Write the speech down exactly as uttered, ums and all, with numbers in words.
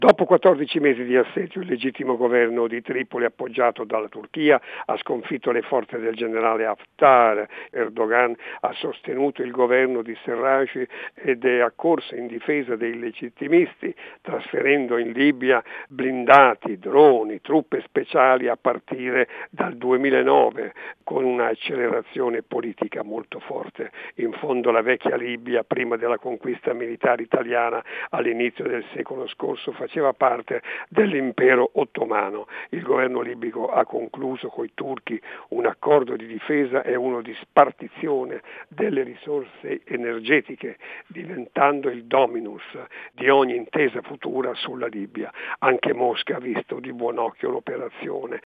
Dopo quattordici mesi di assedio, il legittimo governo di Tripoli, appoggiato dalla Turchia, ha sconfitto le forze del generale Haftar. Erdogan ha sostenuto il governo di Serraj ed è accorso in difesa dei legittimisti, trasferendo in Libia blindati, droni, truppe speciali a partire dal duemilanove, con una accelerazione politica molto forte. In fondo la vecchia Libia, prima della conquista militare italiana all'inizio del secolo scorso, faceva parte dell'impero ottomano. Il governo libico ha concluso coi turchi un accordo di difesa e uno di spartizione delle risorse energetiche, diventando il dominus di ogni intesa futura sulla Libia. Anche Mosca ha visto di buon occhio l'operazione